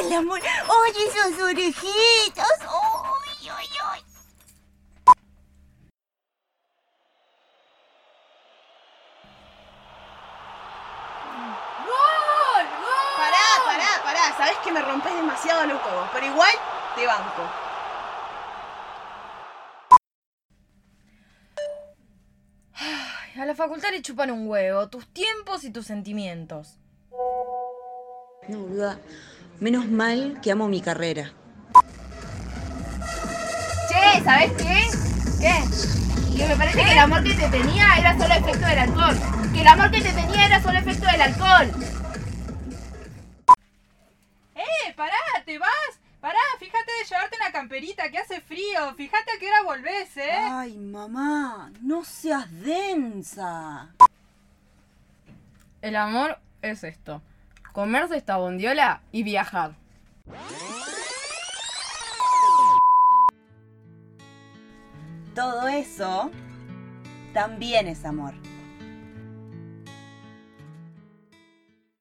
el amor. Oye, esos orejitas. Uy, uy, uy. ¡Gol! ¡Gol! Pará. Sabés que me rompes demasiado los huevos, pero igual te banco. A la facultad le chupan un huevo, tus tiempos y tus sentimientos. No, boluda. Menos mal que amo mi carrera. Che, ¿sabés qué? ¿Qué? Que me parece que el amor que te tenía era solo efecto del alcohol. Que el amor que te tenía era solo efecto del alcohol. Pará, ¿te vas? Pará, fíjate de llevarte una camperita, que hace frío. Fíjate a qué hora volvés, ¿eh? Ay, mamá, no seas densa. El amor es esto: comerse esta bondiola y viajar. Todo eso también es amor.